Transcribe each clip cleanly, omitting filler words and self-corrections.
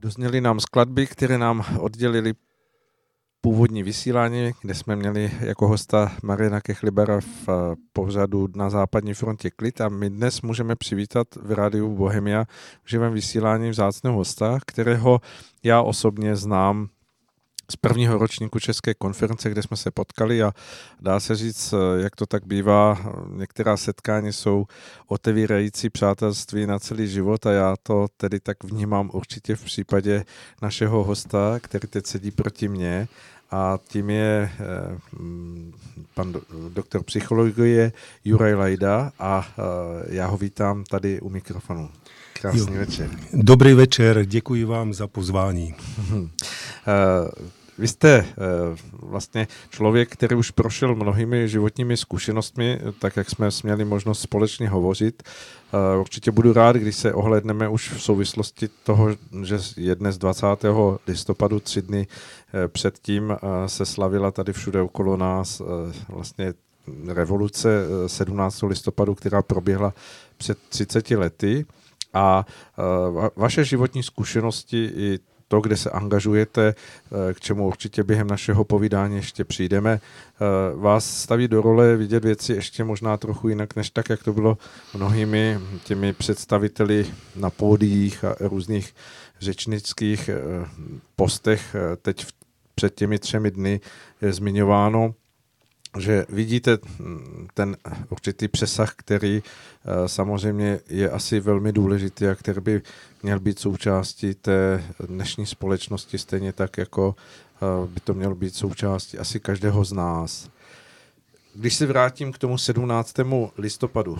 Dozněly nám skladby, které nám oddělily původní vysílání, kde jsme měli jako hosta Mariana Kechlibera v pořadu Na západní frontě Klid, a my dnes můžeme přivítat v rádiu Bohemia v živém vysílání vzácného hosta, kterého já osobně znám z prvního ročníku České konference, kde jsme se potkali, a dá se říct, jak to tak bývá, některá setkání jsou otevírající přátelství na celý život, a já to tedy tak vnímám určitě v případě našeho hosta, který teď sedí proti mně, a tím je pan doktor psychologie Juraj Lajda, a já ho vítám tady u mikrofonu. Krásný večer. Dobrý večer, děkuji vám za pozvání. Vy jste vlastně člověk, který už prošel mnohými životními zkušenostmi, tak jak jsme měli možnost společně hovořit. Určitě budu rád, když se ohlédneme už v souvislosti toho, že je dnes 20. listopadu, 3 dny předtím se slavila tady všude okolo nás vlastně revoluce 17. listopadu, která proběhla před 30 lety. A vaše životní zkušenosti i to, kde se angažujete, k čemu určitě během našeho povídání ještě přijdeme, vás staví do role vidět věci ještě možná trochu jinak, než tak, jak to bylo mnohými těmi představiteli na pódiích a různých řečnických postech. Teď před těmi 3 dny je zmiňováno, že vidíte ten určitý přesah, který samozřejmě je asi velmi důležitý a který by měl být součástí té dnešní společnosti, stejně tak, jako by to mělo být součástí asi každého z nás. Když se vrátím k tomu 17. listopadu,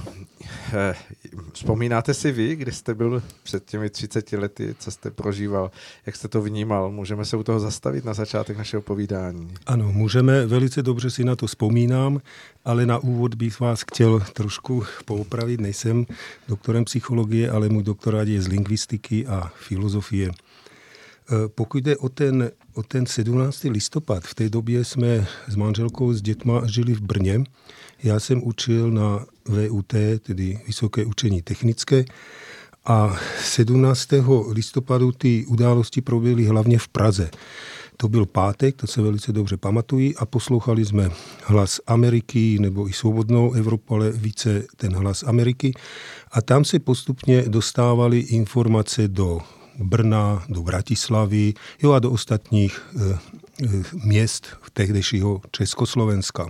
vzpomínáte si vy, kde jste byl před těmi 30 lety, co jste prožíval, jak jste to vnímal? Můžeme se u toho zastavit na začátek našeho povídání? Ano, můžeme, velice dobře si na to vzpomínám, ale na úvod bych vás chtěl trošku poopravit. Nejsem doktorem psychologie, ale můj doktorát je z lingvistiky a filozofie. Pokud jde o ten 17. listopad, v té době jsme s manželkou, s dětma žili v Brně. Já jsem učil na VUT, tedy Vysoké učení technické, a 17. listopadu ty události proběhly hlavně v Praze. To byl pátek, to se velice dobře pamatují, a poslouchali jsme Hlas Ameriky nebo i Svobodnou Evropu, ale více ten Hlas Ameriky. A tam se postupně dostávaly informace do Brna, do Bratislavy, a do ostatních měst tehdejšího Československa.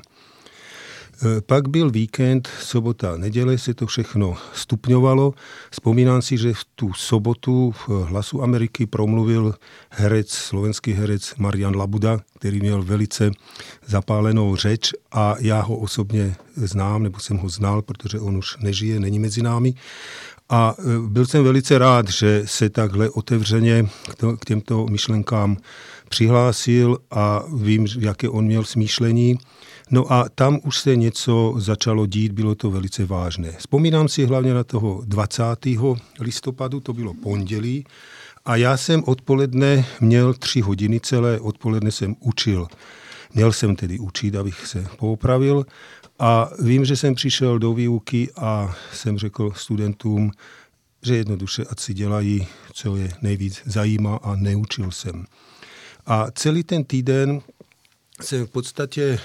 Pak byl víkend, sobota, neděle, se to všechno stupňovalo. Vzpomínám si, že v tu sobotu v Hlasu Ameriky promluvil slovenský herec Marian Labuda, který měl velice zapálenou řeč, a já ho osobně znám, nebo jsem ho znal, protože on už nežije, není mezi námi. A byl jsem velice rád, že se takhle otevřeně k těmto myšlenkám přihlásil, a vím, jaké on měl smýšlení. No a tam už se něco začalo dít, bylo to velice vážné. Vzpomínám si hlavně na toho 20. listopadu, to bylo pondělí, a já jsem odpoledne měl 3 hodiny, celé odpoledne jsem učil. Měl jsem tedy učit, abych se poopravil, a vím, že jsem přišel do výuky a jsem řekl studentům, že jednoduše ať si dělají, co je nejvíc zajímá, a neučil jsem. A celý ten týden jsem v podstatě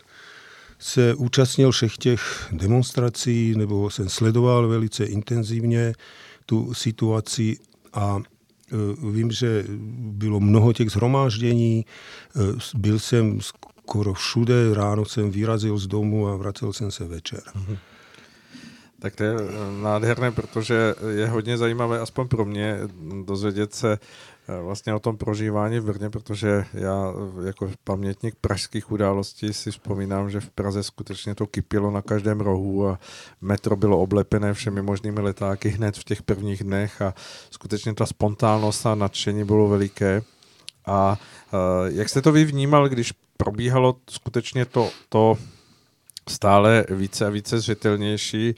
se účastnil všech těch demonstrací, nebo jsem sledoval velice intenzivně tu situaci, a vím, že bylo mnoho těch shromáždění, byl jsem skoro všude, ráno jsem vyrazil z domu a vracel jsem se večer. Tak to je nádherné, protože je hodně zajímavé, aspoň pro mě, dozvědět se vlastně o tom prožívání v Brně, protože já jako pamětník pražských událostí si vzpomínám, že v Praze skutečně to kypilo na každém rohu a metro bylo oblepené všemi možnými letáky hned v těch prvních dnech, a skutečně ta spontánnost a nadšení bylo veliké. A jak jste to vy vnímal, když probíhalo skutečně to stále více a více zřetelnější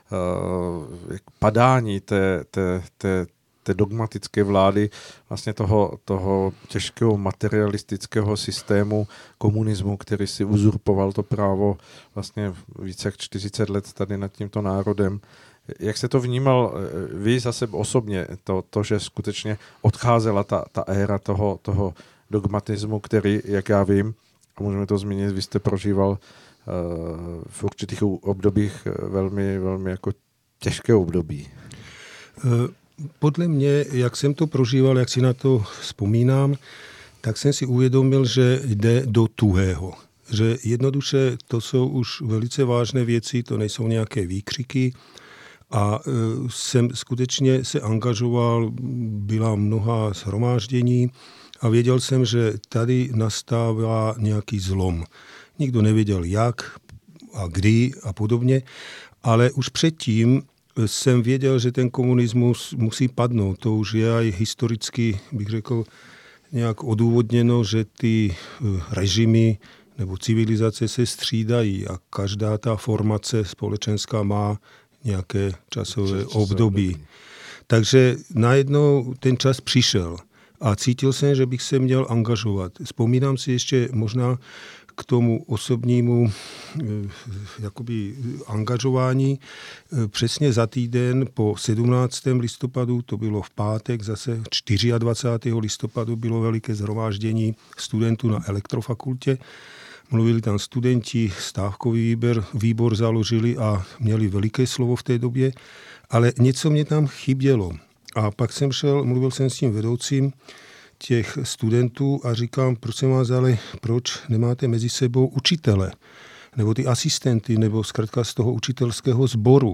padání té dogmatické vlády, vlastně toho těžkého materialistického systému komunismu, který si uzurpoval to právo vlastně více jak 40 let tady nad tímto národem. Jak se to vnímal vy zase osobně, to že skutečně odcházela ta éra toho dogmatismu, který, jak já vím, a můžeme to zmínit, vy jste prožíval v určitých obdobích velmi, velmi jako těžké období. Podle mě, jak jsem to prožíval, jak si na to vzpomínám, tak jsem si uvědomil, že jde do tuhého. Že jednoduše to jsou už velice vážné věci, to nejsou nějaké výkřiky. A jsem skutečně se angažoval, byla mnoha shromáždění a věděl jsem, že tady nastává nějaký zlom. Nikdo nevěděl jak a kdy a podobně, ale už předtím jsem věděl, že ten komunismus musí padnout. To už je aj historicky, bych řekl, nějak odůvodněno, že ty režimy nebo civilizace se střídají a každá ta formace společenská má nějaké časové období. Takže najednou ten čas přišel a cítil jsem, že bych se měl angažovat. Vzpomínám si ještě možná k tomu osobnímu jakoby angažování. Přesně za týden po 17. listopadu, to bylo v pátek, zase 24. listopadu bylo veliké shromáždění studentů na elektrofakultě. Mluvili tam studenti, stávkový výbor založili a měli veliké slovo v té době, ale něco mě tam chybělo. A pak jsem šel, mluvil jsem s tím vedoucím těch studentů a říkám, prosím vás, ale proč nemáte mezi sebou učitele, nebo ty asistenty, nebo zkrátka z toho učitelského sboru.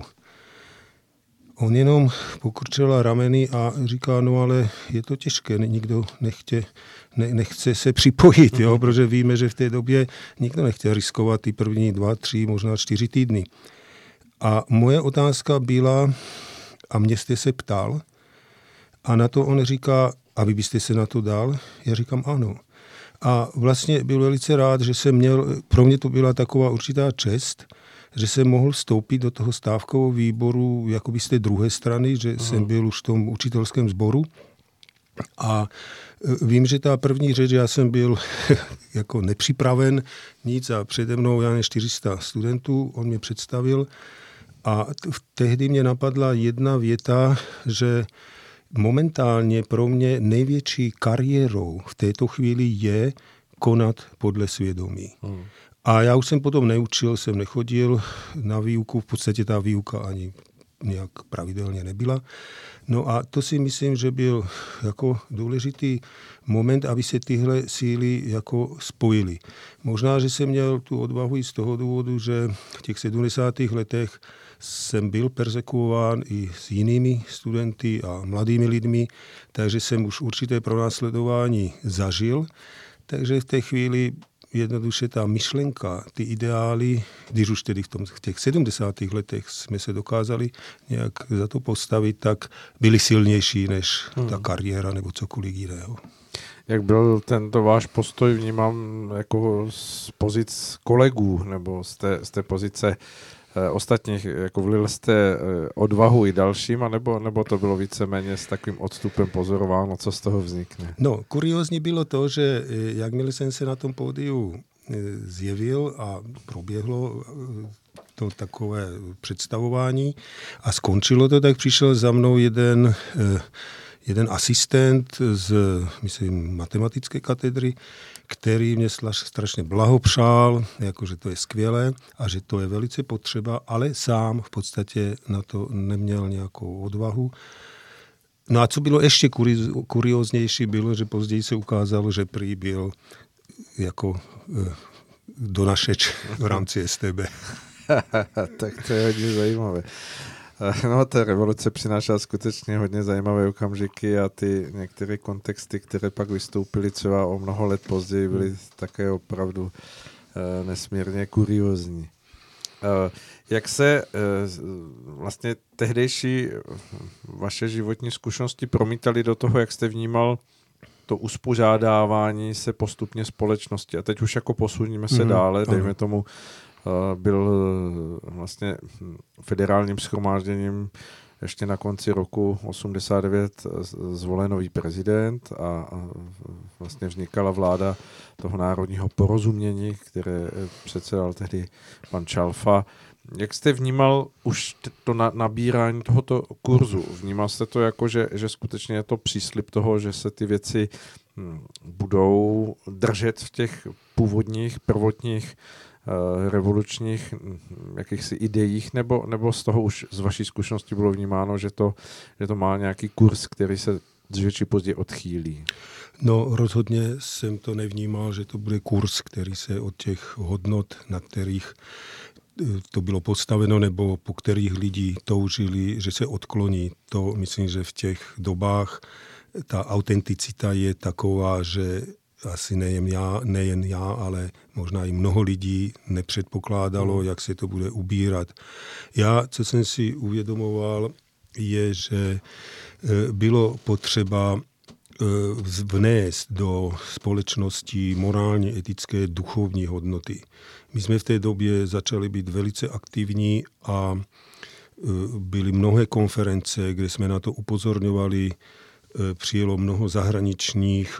On jenom pokrčil rameny a říká, no ale je to těžké, nikdo nechce se připojit, jo, protože víme, že v té době nikdo nechtěl riskovat ty první 2, 3, možná 4 týdny. A moje otázka byla, a mě jste se ptal, a na to on říká, a vy byste se na to dal? Já říkám ano. A vlastně byl velice rád, že jsem měl, pro mě to byla taková určitá čest, že jsem mohl vstoupit do toho stávkového výboru jakoby z té druhé strany, že jsem byl už v tom učitelském sboru. A vím, že ta první řeč, já jsem byl jako nepřipraven nic a přede mnou 400 studentů, on mě představil a tehdy mě napadla jedna věta, že momentálně pro mě největší kariérou v této chvíli je konat podle svědomí. A já už jsem potom neučil, jsem nechodil na výuku, v podstatě ta výuka ani nějak pravidelně nebyla. No a to si myslím, že byl jako důležitý moment, aby se tyhle síly jako spojily. Možná, že jsem měl tu odvahu i z toho důvodu, že v těch 70. letech jsem byl perzekuován i s jinými studenty a mladými lidmi, takže jsem už určité pronásledování zažil. Takže v té chvíli jednoduše ta myšlenka, ty ideály, když už tedy v těch 70. letech jsme se dokázali nějak za to postavit, tak byly silnější než ta kariéra nebo cokoliv jiného. Jak byl tento váš postoj vnímám jako z pozic kolegů nebo z té pozice ostatních, jako vlil jste odvahu i dalším, nebo to bylo víceméně s takovým odstupem pozorováno, co z toho vznikne? No, kuriózní bylo to, že jakmile jsem se na tom pódiu zjevil a proběhlo to takové představování a skončilo to, tak přišel za mnou jeden asistent z, myslím, matematické katedry, který mě strašně blahopřál, jakože to je skvělé a že to je velice potřeba, ale sám v podstatě na to neměl nějakou odvahu. No a co bylo ještě kurióznější, bylo, že později se ukázalo, že prý byl jako donašeč v rámci STB. Tak to je hodně zajímavé. No, ta revoluce přinášela skutečně hodně zajímavé okamžiky a ty některé kontexty, které pak vystoupily třeba o mnoho let později, byly také opravdu nesmírně kuriózní. Jak se vlastně tehdejší vaše životní zkušenosti promítaly do toho, jak jste vnímal to uspořádávání se postupně společnosti? A teď už jako posuníme se dále, dejme tomu, byl vlastně federálním shromážděním ještě na konci roku 89 zvolen nový prezident a vlastně vznikala vláda toho národního porozumění, které předsedal tehdy pan Čalfa. Jak jste vnímal už to nabírání tohoto kurzu? Vnímal jste to jako, že skutečně je to příslib toho, že se ty věci budou držet v těch původních, prvotních revolučních jakýchsi ideích, nebo z toho už z vaší zkušenosti bylo vnímáno, že to má nějaký kurz, který se dříve či později odchýlí? No, rozhodně jsem to nevnímal, že to bude kurz, který se od těch hodnot, na kterých to bylo postaveno, nebo po kterých lidi toužili, že se odkloní. To myslím, že v těch dobách ta autenticita je taková, že asi nejen já, ale možná i mnoho lidí nepředpokládalo, jak se to bude ubírat. Já, co jsem si uvědomoval, je, že bylo potřeba vnést do společnosti morálně, etické, duchovní hodnoty. My jsme v té době začali být velice aktivní a byly mnohé konference, kde jsme na to upozorňovali. Přijelo mnoho zahraničních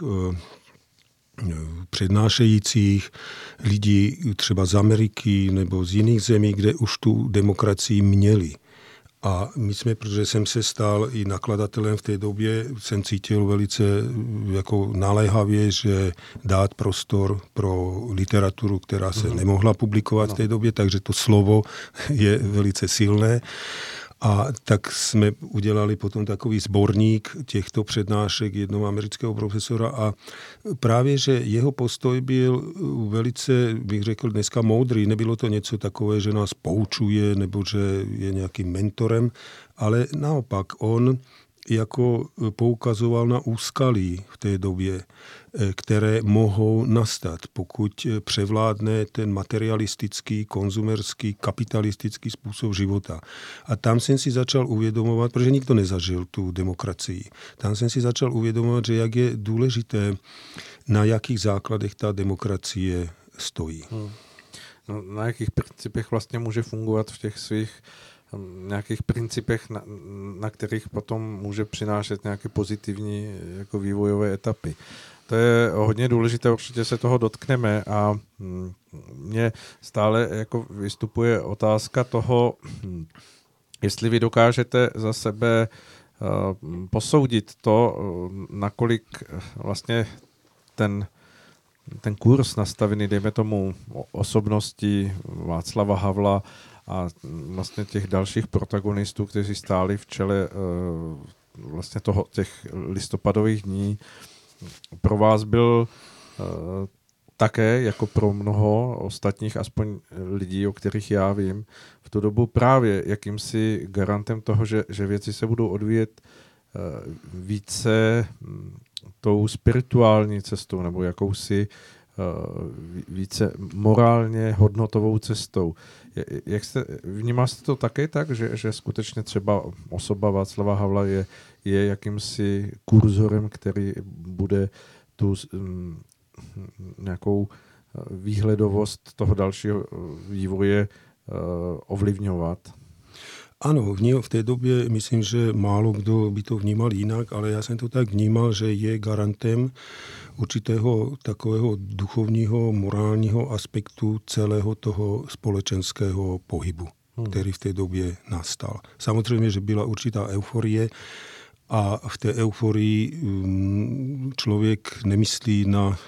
přednášejících lidí třeba z Ameriky nebo z jiných zemí, kde už tu demokracii měli. A my jsme, protože jsem se stal i nakladatelem v té době, jsem cítil velice jako naléhavě, že dát prostor pro literaturu, která se nemohla publikovat v té době, takže to slovo je velice silné. A tak jsme udělali potom takový sborník těchto přednášek jednoho amerického profesora a právě, že jeho postoj byl velice, bych řekl, dneska moudrý. Nebylo to něco takové, že nás poučuje nebo že je nějakým mentorem, ale naopak on jako poukazoval na úskalí v té době, které mohou nastat, pokud převládne ten materialistický, konzumerský, kapitalistický způsob života. A tam jsem si začal uvědomovat, protože nikdo nezažil tu demokracii, tam jsem si začal uvědomovat, že jak je důležité, na jakých základech ta demokracie stojí. No, na jakých principech vlastně může fungovat v těch svých nějakých principech, na kterých potom může přinášet nějaké pozitivní jako vývojové etapy. To je hodně důležité, určitě se toho dotkneme a mně stále jako vystupuje otázka toho, jestli vy dokážete za sebe posoudit to, nakolik vlastně ten kurz nastavený, dejme tomu, osobnosti Václava Havla a vlastně těch dalších protagonistů, kteří stáli v čele vlastně těch listopadových dní, pro vás byl také, jako pro mnoho ostatních, aspoň lidí, o kterých já vím, v tu dobu právě jakýmsi garantem toho, že věci se budou odvíjet více tou spirituální cestou nebo jakousi více morálně hodnotovou cestou. Vnímá jste to také tak, že skutečně třeba osoba Václava Havla je jakýmsi kurzorem, který bude tu nějakou výhledovost toho dalšího vývoje ovlivňovat? Ano, v té době myslím, že málo kdo by to vnímal jinak, ale já jsem to tak vnímal, že je garantem určitého takového duchovního, morálního aspektu celého toho společenského pohybu, který v té době nastal. Samozřejmě, že byla určitá euforie a v té euforii člověk nemyslí na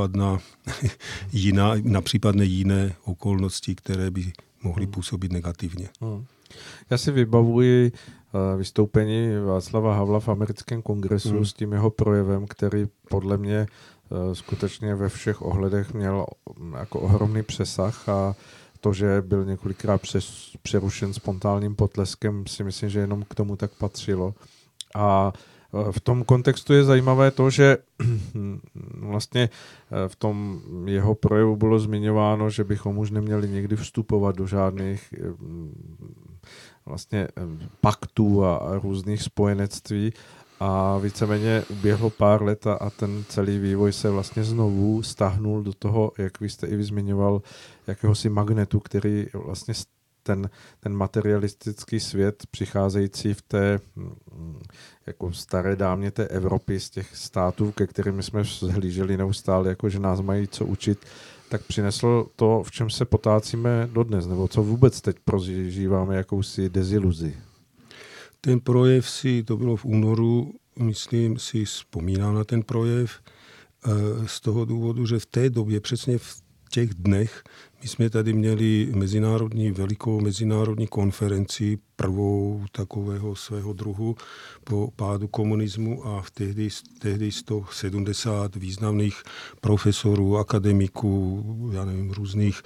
případné jiné okolnosti, které by mohly působit negativně. Já si vybavuji vystoupení Václava Havla v americkém kongresu s tím jeho projevem, který podle mě skutečně ve všech ohledech měl jako ohromný přesah a to, že byl několikrát přerušen spontánním potleskem, si myslím, že jenom k tomu tak patřilo. A v tom kontextu je zajímavé to, že vlastně v tom jeho projevu bylo zmiňováno, že bychom už neměli nikdy vstupovat do žádných vlastně paktů a různých spojenectví a víceméně uběhlo pár let a ten celý vývoj se vlastně znovu stáhnul do toho, jak vy jste i zmiňoval, jakéhosi magnetu, který vlastně ten materialistický svět přicházející v té jako staré dámě té Evropy z těch států, ke kterým jsme zhlíželi neustále, jako že nás mají co učit, tak přinesl to, v čem se potácíme dodnes, nebo co vůbec teď prožíváme, jakousi deziluzi. Ten projev to bylo v únoru, myslím si, vzpomínám na ten projev z toho důvodu, že v té době, přesně v těch dnech, my jsme tady měli velikou mezinárodní konferenci, prvou takového svého druhu po pádu komunismu a tehdy 170 významných profesorů, akademiků, různých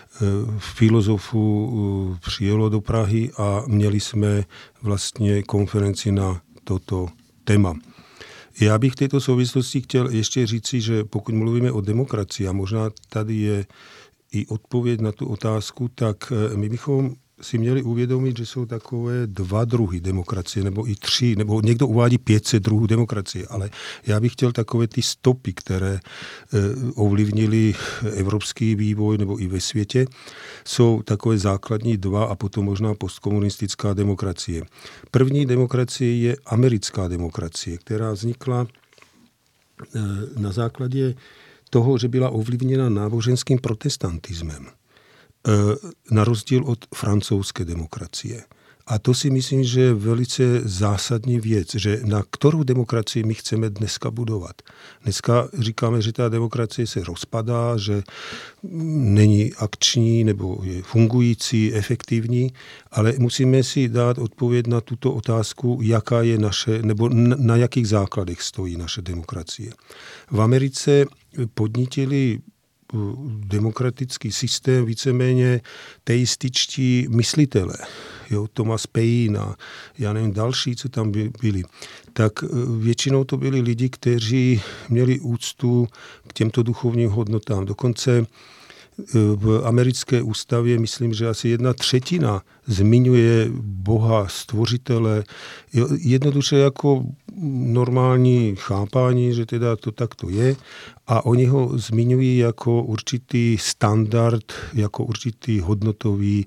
filozofů přijelo do Prahy a měli jsme vlastně konferenci na toto téma. Já bych v této souvislosti chtěl ještě říci, že pokud mluvíme o demokracii, a možná tady je i odpověď na tu otázku, tak my bychom si měli uvědomit, že jsou takové 2 druhy demokracie, nebo i 3, nebo někdo uvádí 500 druhů demokracie, ale já bych chtěl takové ty stopy, které ovlivnily evropský vývoj nebo i ve světě, jsou takové základní 2 a potom možná postkomunistická demokracie. První demokracie je americká demokracie, která vznikla na základě toho, že byla ovlivněna náboženským protestantismem. Na rozdíl od francouzské demokracie. A to si myslím, že je velice zásadní věc, že na kterou demokracii my chceme dneska budovat. Dneska říkáme, že ta demokracie se rozpadá, že není akční nebo je fungující, efektivní, ale musíme si dát odpověď na tuto otázku, jaká je naše, nebo na jakých základech stojí naše demokracie. V Americe podnítili demokratický systém víceméně teističtí myslitelé. Thomas Paine a další, co tam byli. Tak většinou to byli lidi, kteří měli úctu k těmto duchovním hodnotám. Dokonce v americké ústavě, myslím, že asi 1/3 zmiňuje Boha, stvořitele, jednoduše jako normální chápání, že teda to takto je, a oni ho zmiňují jako určitý standard, jako určitý hodnotový,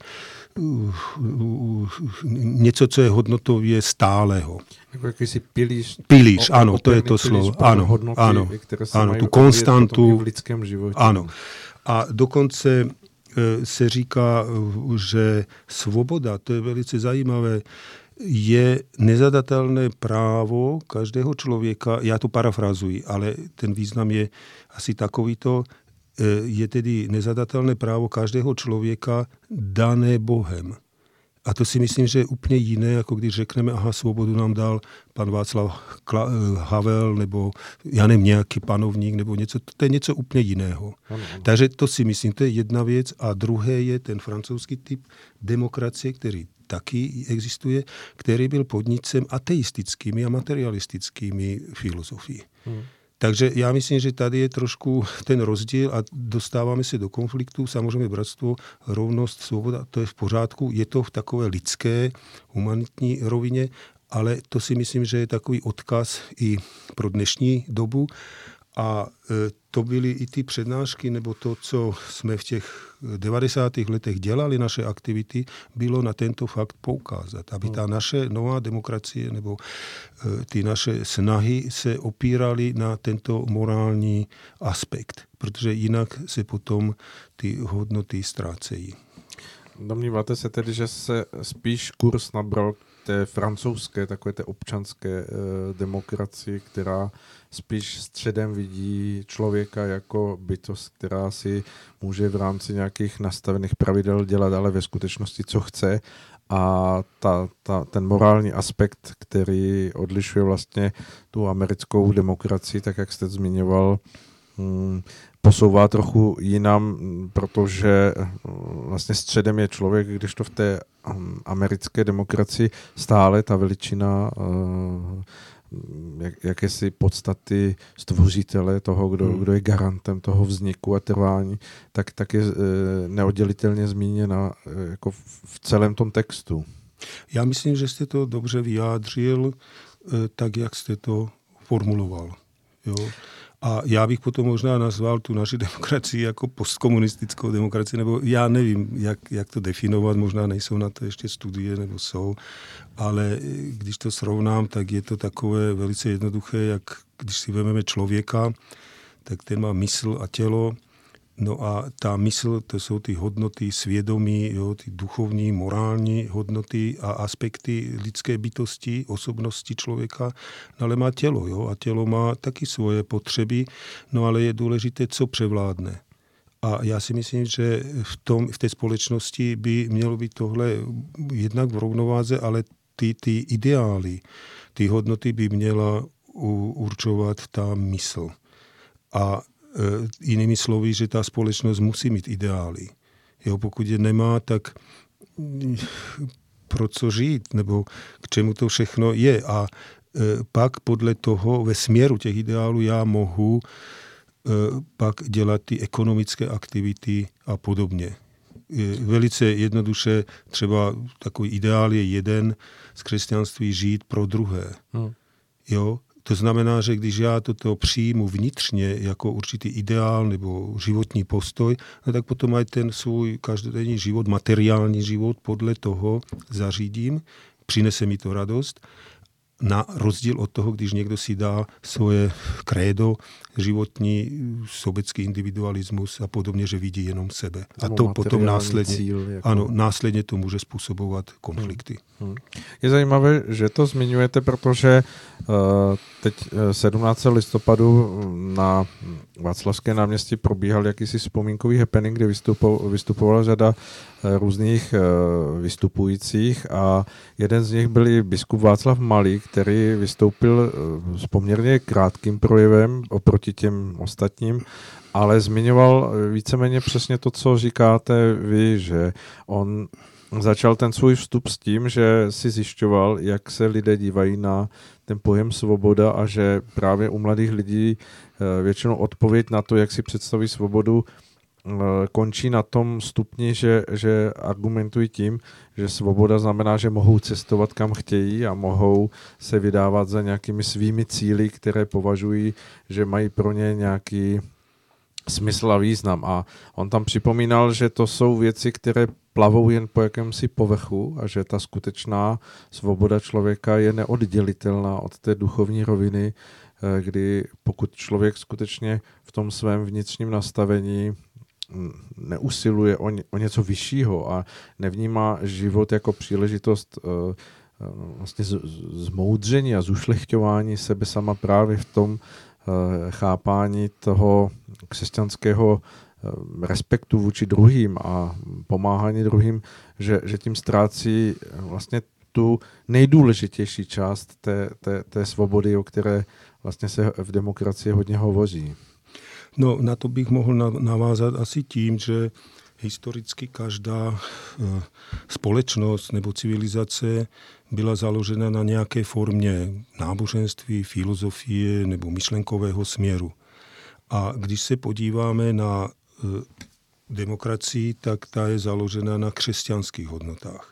něco, co je hodnotově stálého. Jako jakýsi pilíř. Pilíř, ano, to je to slovo. Ano, hodnoty, ano, tu konstantu. V lidském životě. Ano. A dokonce se říká, že svoboda, to je velice zajímavé, je nezadatelné právo každého člověka, já to parafrazuji, ale ten význam je asi takovýto, je tedy nezadatelné právo každého člověka dané Bohem. A to si myslím, že je úplně jiné, jako když řekneme, svobodu nám dal pan Václav Havel, nebo já nevím, nějaký panovník, nebo něco, to je něco úplně jiného. Ano. Takže to si myslím, to je jedna věc. A druhé je ten francouzský typ demokracie, který taky existuje, který byl podnicem ateistickými a materialistickými filozofií. Takže já myslím, že tady je trošku ten rozdíl a dostáváme se do konfliktu. Samozřejmě bratstvo, rovnost, svoboda, to je v pořádku. Je to v takové lidské, humanitní rovině, ale to si myslím, že je takový odkaz i pro dnešní dobu. A to byly i ty přednášky, nebo to, co jsme v těch 90. letech dělali, naše aktivity, bylo na tento fakt poukázat. Aby ta naše nová demokracie nebo ty naše snahy se opíraly na tento morální aspekt, protože jinak se potom ty hodnoty ztrácejí. Domníváte se tedy, že se spíš kurz nabral té francouzské, takové té občanské demokracii, která spíš středem vidí člověka jako bytost, která si může v rámci nějakých nastavených pravidel dělat, ale ve skutečnosti co chce, a ten morální aspekt, který odlišuje vlastně tu americkou demokracii, tak jak jste zmiňoval, posouvá trochu jinam, protože vlastně středem je člověk, když to v té americké demokracii stále ta veličina jakési podstaty stvořitele toho, kdo je garantem toho vzniku a trvání, tak je neoddělitelně zmíněna jako v celém tom textu. Já myslím, že jste to dobře vyjádřil, tak jak jste to formuloval. Jo? A já bych potom možná nazval tu naši demokracii jako postkomunistickou demokracii, nebo já nevím, jak to definovat, možná nejsou na to ještě studie, nebo jsou, ale když to srovnám, tak je to takové velice jednoduché, jak když si vezmeme člověka, tak ten má mysl a tělo. No a ta mysl, to jsou ty hodnoty svědomí, jo, ty duchovní, morální hodnoty a aspekty lidské bytosti, osobnosti člověka, no ale má tělo, jo, a tělo má taky svoje potřeby, no ale je důležité, co převládne. A já si myslím, že v té společnosti by mělo být tohle jednak v rovnováze, ale ty ideály, ty hodnoty by měla určovat ta mysl. A jinými slovy, že ta společnost musí mít ideály. Jo, pokud je nemá, tak pro co žít, nebo k čemu to všechno je. A pak podle toho ve směru těch ideálů já mohu pak dělat ty ekonomické aktivity a podobně. Velice jednoduše třeba takový ideál je jeden z křesťanství žít pro druhé. Jo? To znamená, že když já toto přijmu vnitřně jako určitý ideál nebo životní postoj, no tak potom aj ten svůj každodenní život, materiální život podle toho zařídím, přinese mi to radost, na rozdíl od toho, když někdo si dá svoje krédo, životní, sobecký individualismus a podobně, že vidí jenom sebe. A to potom následně, cíl, jako... ano, následně to může způsobovat konflikty. Je zajímavé, že to zmiňujete, protože teď 17. listopadu na Václavské náměstí probíhal jakýsi vzpomínkový happening, kde vystupovala řada různých vystupujících a jeden z nich byl i biskup Václav Malý, který vystoupil s poměrně krátkým projevem oproti těm ostatním, ale zmiňoval víceméně přesně to, co říkáte vy, že on začal ten svůj vstup s tím, že si zjišťoval, jak se lidé dívají na ten pojem svoboda a že právě u mladých lidí většinou odpověď na to, jak si představí svobodu, končí na tom stupni, že argumentují tím, že svoboda znamená, že mohou cestovat kam chtějí a mohou se vydávat za nějakými svými cíli, které považují, že mají pro ně nějaký smysl a význam. A on tam připomínal, že to jsou věci, které plavou jen po jakémsi povrchu a že ta skutečná svoboda člověka je neoddělitelná od té duchovní roviny, kdy pokud člověk skutečně v tom svém vnitřním nastavení neusiluje o něco vyššího a nevnímá život jako příležitost vlastně zmoudření a zušlechťování sebe sama právě v tom chápání toho křesťanského respektu vůči druhým a pomáhání druhým, že tím ztrácí vlastně tu nejdůležitější část té svobody, o které vlastně se v demokracii hodně hovoří. No, na to bych mohl navázat asi tím, že historicky každá společnost nebo civilizace byla založena na nějaké formě náboženství, filozofie nebo myšlenkového směru. A když se podíváme na demokracii, tak ta je založena na křesťanských hodnotách.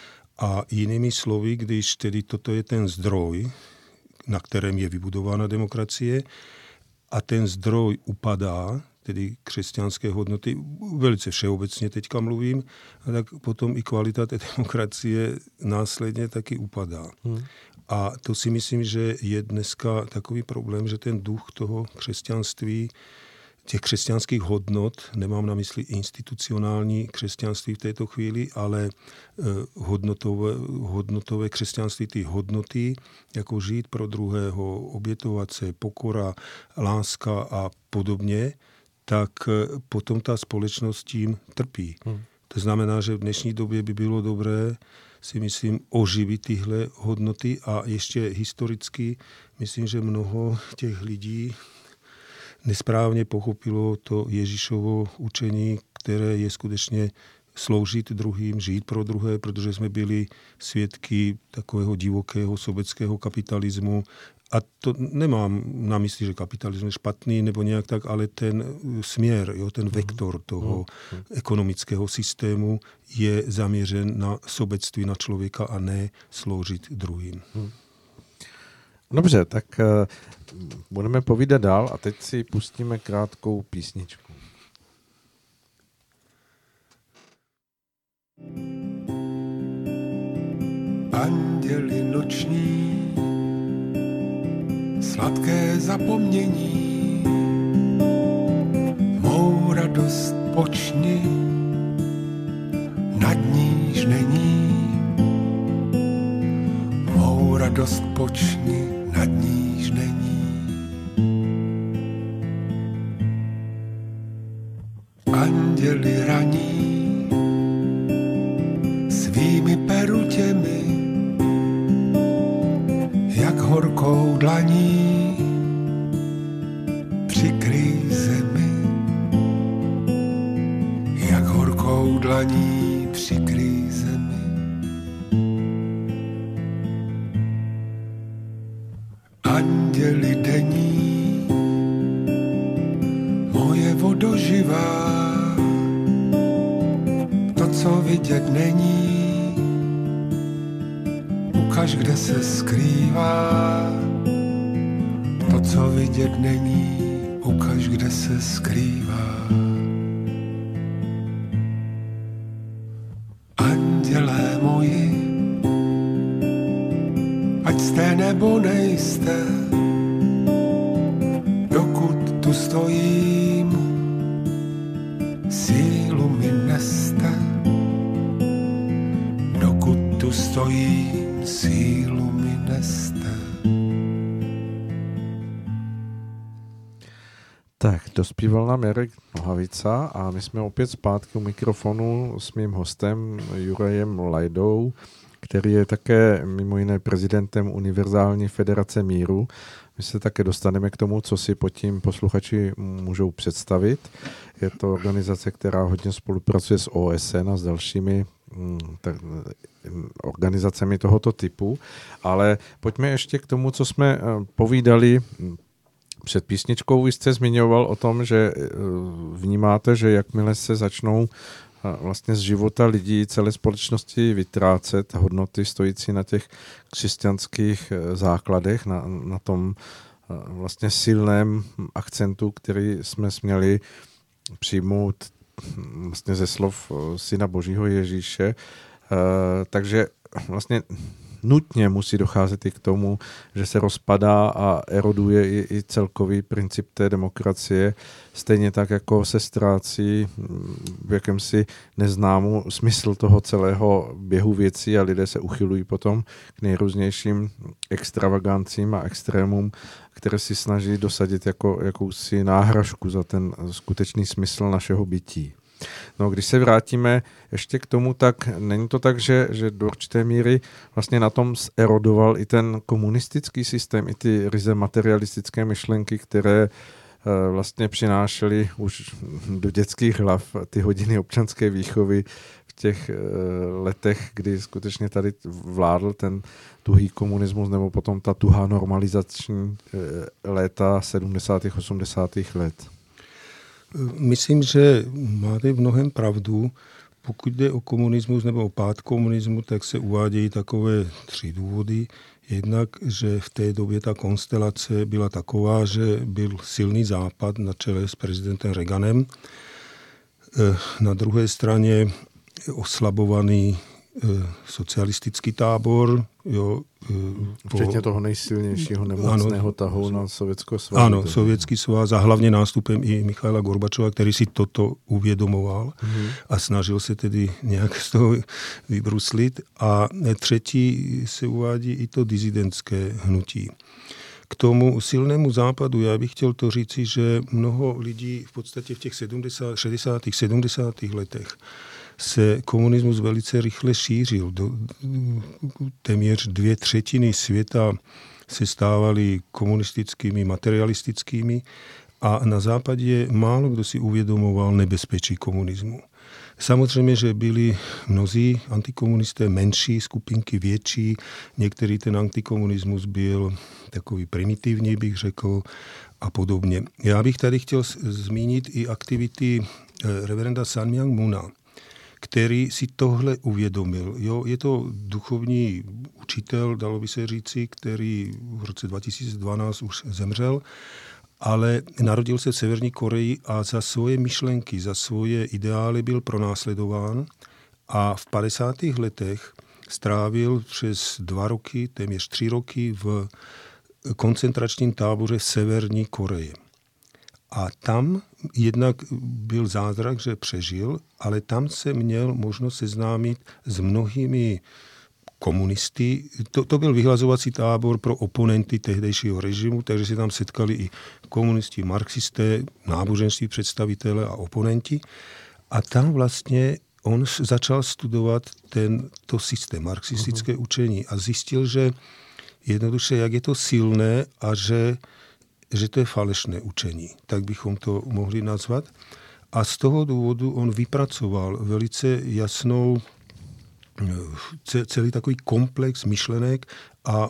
A jinými slovy, když tedy toto je ten zdroj, na kterém je vybudována demokracie, a ten zdroj upadá, tedy křesťanské hodnoty, velice všeobecně teďka mluvím, tak potom i kvalita té demokracie následně taky upadá. A to si myslím, že je dneska takový problém, že ten duch toho křesťanství, těch křesťanských hodnot, nemám na mysli institucionální křesťanství v této chvíli, ale hodnotové křesťanství, ty hodnoty, jako žít pro druhého, obětovat se, pokora, láska a podobně, tak potom ta společnost tím trpí. To znamená, že v dnešní době by bylo dobré, si myslím, oživit tyhle hodnoty a ještě historicky myslím, že mnoho těch lidí nesprávně pochopilo to Ježíšovo učení, které je skutečně sloužit druhým, žít pro druhé, protože jsme byli svědky takového divokého sobeckého kapitalismu. A to nemám na mysli, že kapitalismus je špatný nebo nějak tak, ale ten směr, jo, ten vektor toho ekonomického systému je zaměřen na sobectví, na člověka a ne sloužit druhým. Dobře, tak budeme povídat dál a teď si pustíme krátkou písničku. Anděli noční, sladké zapomnění, mou radost počni, nad níž není. Mou radost počni, nad níž není. Anděli raní, svými perutěmi, jak horkou dlaní, přikryj zemi. Jak horkou dlaní, přikryj zemi. Anděli denní, moje vodoživá, to, co vidět není, ukaž, kde se skrývá. To, co vidět není, ukaž, kde se skrývá. Andělé moji, ať jste nebo nejste, dokud tu stojím, sílu mi neste. Dokud tu stojím, sílu mi neste. Tak, dospíval nám Jarek Nohavica a my jsme opět zpátky u mikrofonu s mým hostem Jurajem Lajdou, který je také mimo jiné prezidentem Univerzální federace míru. My se také dostaneme k tomu, co si pod tím posluchači můžou představit. Je to organizace, která hodně spolupracuje s OSN a s dalšími organizacemi tohoto typu. Ale pojďme ještě k tomu, co jsme povídali před písničkou. Vy jste zmiňoval o tom, že vnímáte, že jakmile se začnou vlastně z života lidí celé společnosti vytrácet hodnoty stojící na těch křesťanských základech, na tom vlastně silném akcentu, který jsme směli přijmout vlastně ze slov Syna Božího Ježíše. Takže vlastně nutně musí docházet i k tomu, že se rozpadá a eroduje i celkový princip té demokracie, stejně tak, jako se ztrácí v jakémsi neznámu smysl toho celého běhu věcí a lidé se uchylují potom k nejrůznějším extravagancím a extrémům, které si snaží dosadit jako jakousi náhražku za ten skutečný smysl našeho bytí. No, když se vrátíme ještě k tomu, tak není to tak, že do určité míry vlastně na tom erodoval i ten komunistický systém, i ty ryze materialistické myšlenky, které vlastně přinášely už do dětských hlav ty hodiny občanské výchovy v těch letech, kdy skutečně tady vládl ten tuhý komunismus, nebo potom ta tuhá normalizační léta 70. 80. let. Myslím, že máte v mnohem pravdu. Pokud jde o komunismus nebo o pád komunismu, tak se uvádějí takové 3 důvody. Jednak, že v té době ta konstelace byla taková, že byl silný západ na čele s prezidentem Reaganem. Na druhé straně oslabovaný socialistický tábor. Včetně toho nejsilnějšího nemocného tahu na Sovětského svazu. Ano, Sovětský svaz a hlavně nástupem i Michaila Gorbačova, který si toto uvědomoval a snažil se tedy nějak z toho vybruslit. A třetí se uvádí i to disidentské hnutí. K tomu silnému západu já bych chtěl to říci, že mnoho lidí v podstatě v těch 60. 70. letech se komunismus velice rychle šířil. Téměř 2/3 světa se stávaly komunistickými, materialistickými a na západě málo kdo si uvědomoval nebezpečí komunismu. Samozřejmě, že byli mnozí antikomunisté menší, skupinky větší, některý ten antikomunismus byl takový primitivní, bych řekl, a podobně. Já bych tady chtěl zmínit i aktivity reverenda Sun Myung Moona, který si tohle uvědomil. Jo, je to duchovní učitel, dalo by se říci, který v roce 2012 už zemřel, ale narodil se v Severní Koreji a za svoje myšlenky, za svoje ideály byl pronásledován a v 50. letech strávil přes 2 roky, téměř 3 roky v koncentračním táboře v Severní Koreji. A tam jednak byl zázrak, že přežil, ale tam se měl možnost seznámit s mnohými komunisty. To byl vyhlazovací tábor pro oponenty tehdejšího režimu, takže se tam setkali i komunisti, marxisté, náboženští představitelé a oponenti. A tam vlastně on začal studovat to systém, marxistické učení a zjistil, že jednoduše, jak je to silné a že to je falešné učení, tak bychom to mohli nazvat. A z toho důvodu on vypracoval velice jasnou, celý takový komplex myšlenek a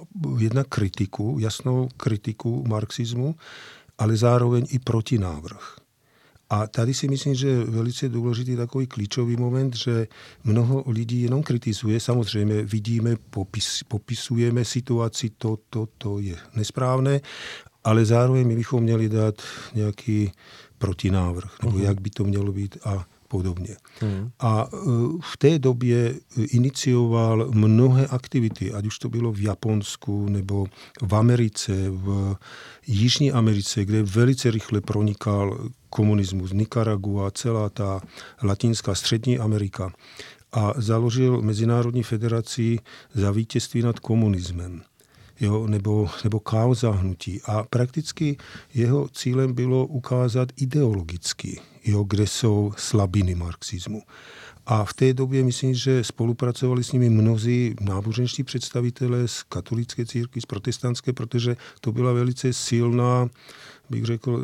jasnou kritiku marxismu, ale zároveň i protinávrh. A tady si myslím, že je velice důležitý takový klíčový moment, že mnoho lidí jenom kritizuje. Samozřejmě vidíme, popisujeme situaci, to je nesprávné, ale zároveň my bychom měli dát nějaký protinávrh, nebo jak by to mělo být a podobně. A v té době inicioval mnohé aktivity, ať už to bylo v Japonsku, nebo v Americe, v Jižní Americe, kde velice rychle pronikal komunismus, Nikaragua, celá ta latinská střední Amerika. A založil Mezinárodní federaci za vítězství nad komunismem. Jo, nebo kauza hnutí. A prakticky jeho cílem bylo ukázat ideologicky, kde jsou slabiny marxismu. A v té době myslím, že spolupracovali s nimi mnozí náboženští představitelé z katolické církve, z protestantské, protože to byla velice silná, bych řekl,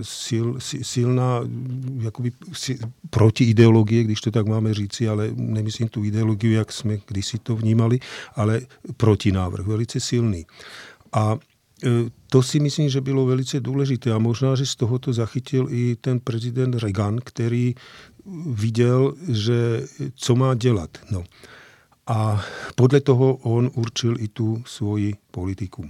silná jakoby protiideologie, když to tak máme říci, ale nemyslím tu ideologii, jak jsme kdysi to vnímali, ale protinávrh, velice silný. A to si myslím, že bylo velice důležité a možná, že z tohoto zachytil i ten prezident Reagan, který viděl, že co má dělat. No. A podle toho on určil i tu svoji politiku.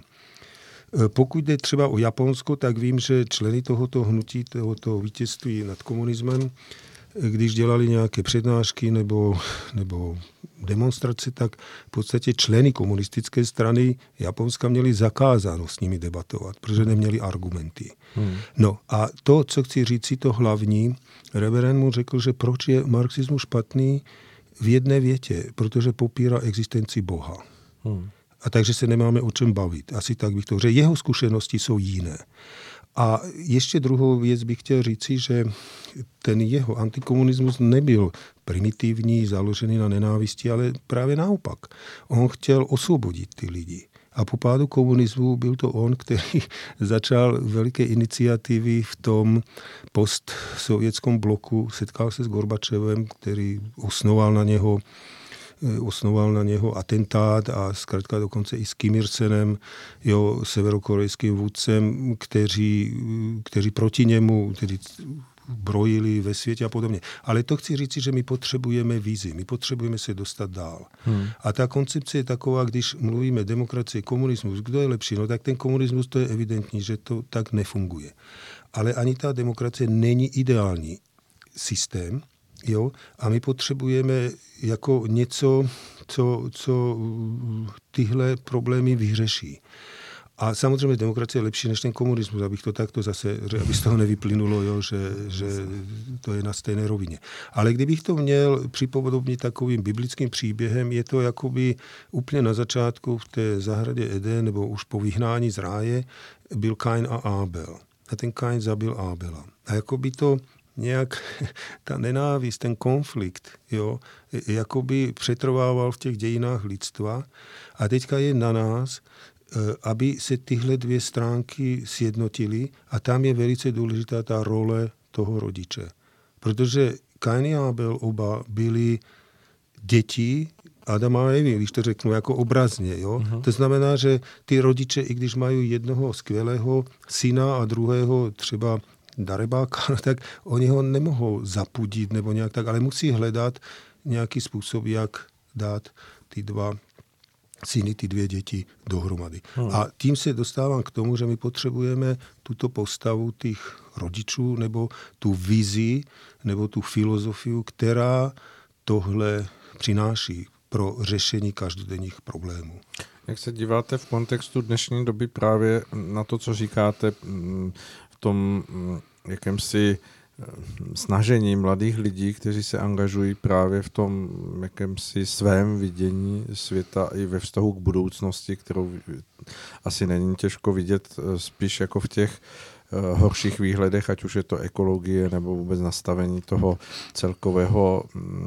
Pokud jde třeba o Japonsko, tak vím, že členy tohoto hnutí, tohoto vítězství nad komunismem, když dělali nějaké přednášky nebo demonstrace, tak v podstatě členy komunistické strany Japonska měli zakázáno s nimi debatovat, protože neměli argumenty. No a to, co chci říct si to hlavní, reverend mu řekl, že proč je marxismus špatný v jedné větě, protože popírá existenci Boha. A takže se nemáme o čem bavit. Asi tak bych to řekl. Jeho zkušenosti jsou jiné. A ještě druhou věc bych chtěl říci, že ten jeho antikomunismus nebyl primitivní, založený na nenávisti, ale právě naopak. On chtěl osvobodit ty lidi. A po pádu komunismu byl to on, který začal veliké iniciativy v tom postsovětském bloku. Setkal se s Gorbačevem, který osnoval na něho atentát a zkrátka dokonce i s Kim Il-senem, severokorejským vůdcem, kteří proti němu brojili ve světě a podobně. Ale to chci říct, že my potřebujeme vizi, my potřebujeme se dostat dál. A ta koncepce je taková, když mluvíme demokracie, komunismus, kdo je lepší? No tak ten komunismus, to je evidentní, že to tak nefunguje. Ale ani ta demokracie není ideální systém, a my potřebujeme jako něco, co tyhle problémy vyřeší. A samozřejmě demokracie je lepší než ten komunismus, abych to takto zase, aby z toho nevyplynulo, že to je na stejné rovině. Ale kdybych to měl připodobnit takovým biblickým příběhem, je to jakoby úplně na začátku v té zahradě Eden, nebo už po vyhnání z ráje, byl Kain a Ábel. A ten Kain zabil Ábela. A jakoby to nějak ta nenávist, ten konflikt, jakoby přetrvával v těch dějinách lidstva. A teďka je na nás, aby se tyhle dvě stránky sjednotily a tam je velice důležitá ta role toho rodiče. Protože Kain a Ábel oba byli děti Adama a Evy, když to řeknu jako obrazně. To znamená, že ty rodiče, i když mají jednoho skvělého syna a druhého třeba darebáka, tak oni ho nemohou zapudit nebo nějak tak, ale musí hledat nějaký způsob, jak dát ty dva syny, ty dvě děti dohromady. A tím se dostávám k tomu, že my potřebujeme tuto postavu těch rodičů nebo tu vizi nebo tu filozofii, která tohle přináší pro řešení každodenních problémů. Jak se díváte v kontextu dnešní doby právě na to, co říkáte v tom jakémsi snažení mladých lidí, kteří se angažují právě v tom jakémsi svém vidění světa i ve vztahu k budoucnosti, kterou asi není těžko vidět spíš jako v těch horších výhledech, ať už je to ekologie nebo vůbec nastavení toho celkového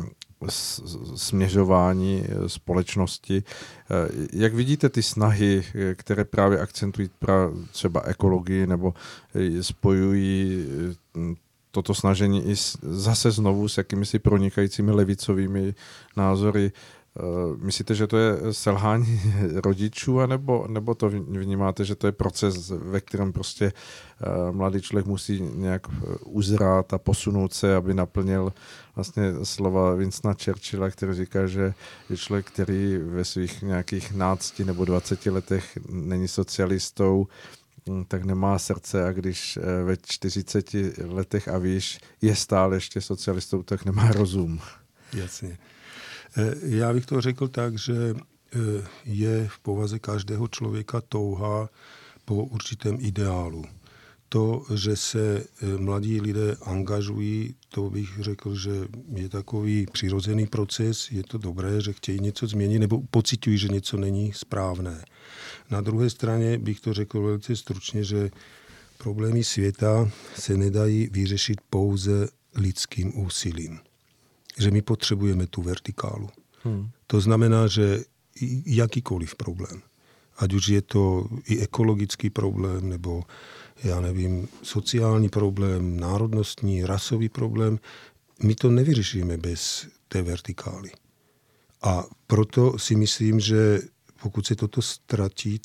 směřování společnosti. Jak vidíte ty snahy, které právě akcentují třeba ekologii nebo spojují toto snažení i zase znovu s jakýmisi pronikajícími levicovými názory? Myslíte, že to je selhání rodičů, nebo to vnímáte, že to je proces, ve kterém prostě mladý člověk musí nějak uzrát a posunout se, aby naplnil vlastně slova Winstona Churchilla, který říká, že je člověk, který ve svých nějakých 15 nebo 20 letech není socialistou, tak nemá srdce, a když ve 40 letech a výš je stále ještě socialistou, tak nemá rozum. Jasně. Já bych to řekl tak, že je v povaze každého člověka touha po určitém ideálu. To, že se mladí lidé angažují, to bych řekl, že je takový přirozený proces, je to dobré, že chtějí něco změnit nebo pociťují, že něco není správné. Na druhé straně bych to řekl velice stručně, že problémy světa se nedají vyřešit pouze lidským úsilím. Že my potřebujeme tu vertikálu. To znamená, že jakýkoliv problém, ať už je to i ekologický problém, nebo já nevím, sociální problém, národnostní, rasový problém, my to nevyřešíme bez té vertikály. A proto si myslím, že pokud se toto ztratí,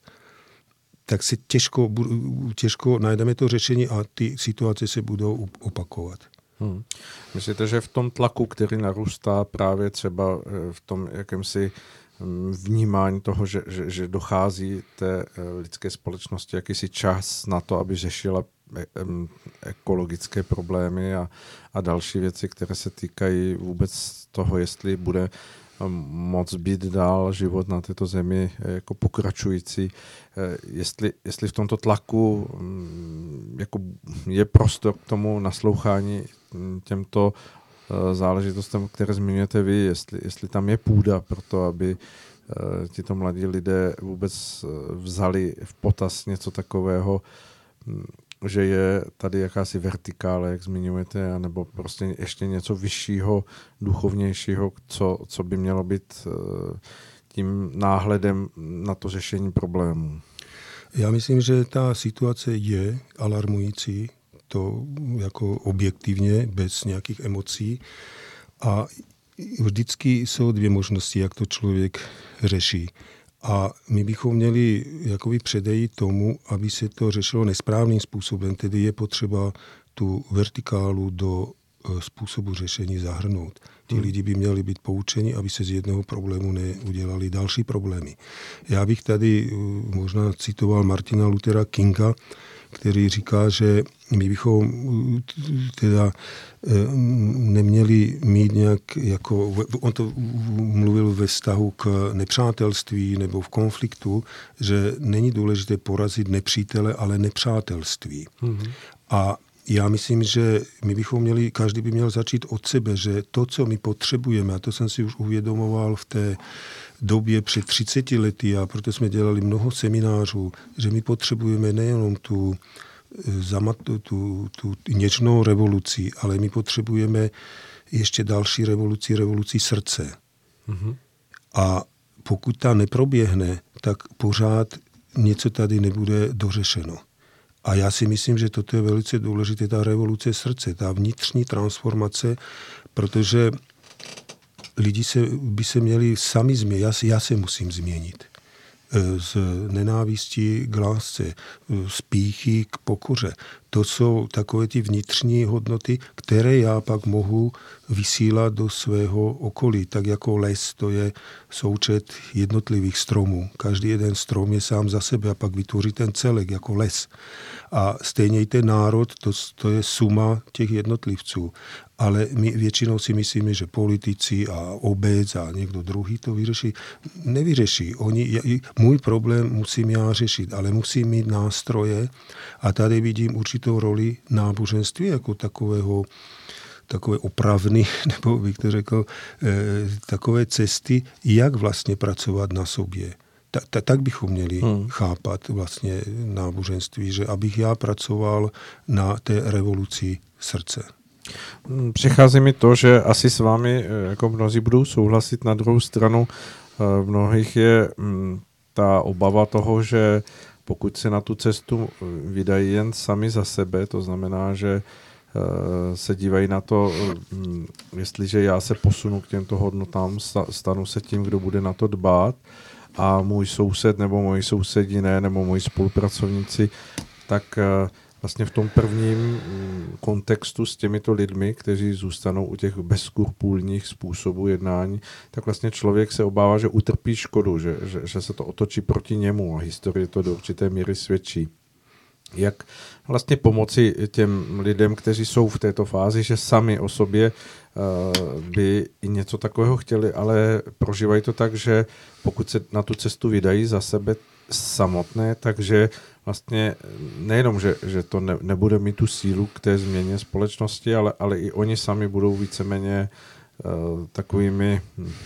tak se těžko najdeme to řešení a ty situace se budou opakovat. Myslíte, že v tom tlaku, který narůstá právě třeba v tom jakémsi vnímání toho, že dochází té lidské společnosti jakýsi čas na to, aby řešila ekologické problémy a další věci, které se týkají vůbec toho, jestli bude moc být dál život na této zemi jako pokračující. Jestli v tomto tlaku jako je prostor k tomu naslouchání těmto záležitostem, které zmiňujete vy, jestli tam je půda pro to, aby tito mladí lidé vůbec vzali v potaz něco takového, že je tady jakási vertikála, jak zmiňujete, nebo prostě ještě něco vyššího, duchovnějšího, co by mělo být tím náhledem na to řešení problémů. Já myslím, že ta situace je alarmující, to jako objektivně, bez nějakých emocí. A vždycky jsou dvě možnosti, jak to člověk řeší. A my bychom měli jakoby předejít tomu, aby se to řešilo nesprávným způsobem, tedy je potřeba tu vertikálu do způsobu řešení zahrnout. Ti lidi by měli být poučeni, aby se z jednoho problému neudělali další problémy. Já bych tady možná citoval Martina Luthera Kinga, který říká, že my bychom teda neměli mít nějak, jako, on to mluvil ve vztahu k nepřátelství nebo v konfliktu, že není důležité porazit nepřítele, ale nepřátelství. A já myslím, že my bychom měli, každý by měl začít od sebe, že to, co my potřebujeme, a to jsem si už uvědomoval v té době před 30 lety, a proto jsme dělali mnoho seminářů, že my potřebujeme nejenom tu něčnou revoluci, ale my potřebujeme ještě další revoluci srdce. A pokud ta neproběhne, tak pořád něco tady nebude dořešeno. A já si myslím, že toto je velice důležité, ta revoluce srdce, ta vnitřní transformace, protože lidi by se měli sami změnit. Já se musím změnit. z nenávisti k lásce, z pýchy k pokoře. To jsou takové ty vnitřní hodnoty, které já pak mohu vysílat do svého okolí. Tak jako les, to je součet jednotlivých stromů. Každý jeden strom je sám za sebe a pak vytvoří ten celek jako les. A stejně i ten národ, to je suma těch jednotlivců. Ale my většinou si myslíme, že politici a obec a někdo druhý to vyřeší. Nevyřeší. Můj problém musím já řešit, ale musím mít nástroje a tady vidím určitou roli náboženství jako takové opravny, nebo bych to řekl, takové cesty, jak vlastně pracovat na sobě. Tak bychom měli chápat vlastně náboženství, že abych já pracoval na té revoluci srdce. Přichází mi to, že asi s vámi jako mnozí budou souhlasit. Na druhou stranu v mnohých je ta obava toho, že pokud se na tu cestu vydají jen sami za sebe, to znamená, že se dívají na to, jestliže já se posunu k těmto hodnotám, stanu se tím, kdo bude na to dbát, a můj soused nebo moji sousedi ne, nebo moji spolupracovníci, tak vlastně v tom prvním kontextu s těmito lidmi, kteří zůstanou u těch bezskrupulních způsobů jednání, tak vlastně člověk se obává, že utrpí škodu, že se to otočí proti němu a historie to do určité míry svědčí. Jak vlastně pomoci těm lidem, kteří jsou v této fázi, že sami o sobě by i něco takového chtěli, ale prožívají to tak, že pokud se na tu cestu vydají za sebe samotné, takže vlastně nejenom, že to nebude mít tu sílu k té změně společnosti, ale i oni sami budou víceméně takovými